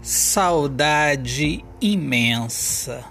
Saudade imensa.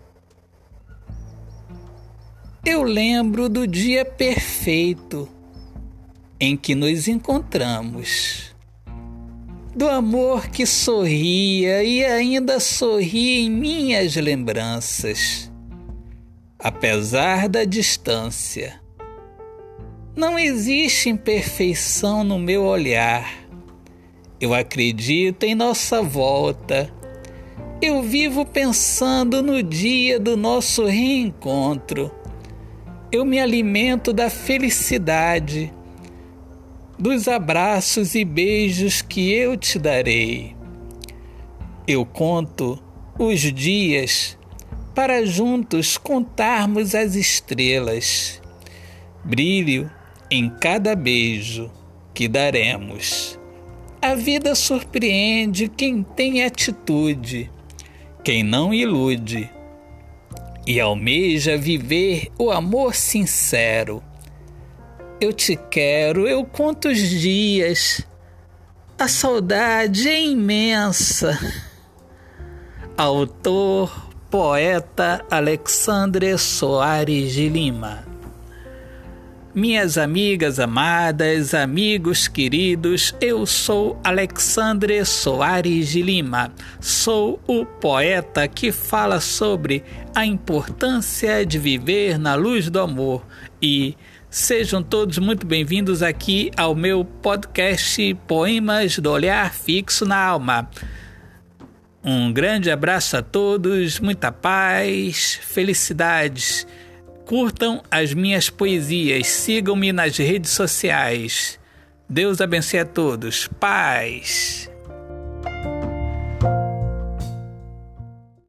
Eu lembro do dia perfeito em que nos encontramos, do amor que sorria e ainda sorri em minhas lembranças, apesar da distância. Não existe imperfeição no meu olhar. Eu acredito em nossa volta. Eu vivo pensando no dia do nosso reencontro. Eu me alimento da felicidade, dos abraços e beijos que eu te darei. Eu conto os dias para juntos contarmos as estrelas. Brilho em cada beijo que daremos. A vida surpreende quem tem atitude, quem não ilude e almeja viver o amor sincero. Eu te quero, eu conto os dias, a saudade é imensa. Autor, poeta Alexandre Soares de Lima. Minhas amigas amadas, amigos queridos, eu sou Alexandre Soares de Lima. Sou o poeta que fala sobre a importância de viver na luz do amor. E sejam todos muito bem-vindos aqui ao meu podcast Poemas do Olhar Fixo na Alma. Um grande abraço a todos, muita paz, felicidades. Curtam as minhas poesias, sigam-me nas redes sociais. Deus abençoe a todos. Paz!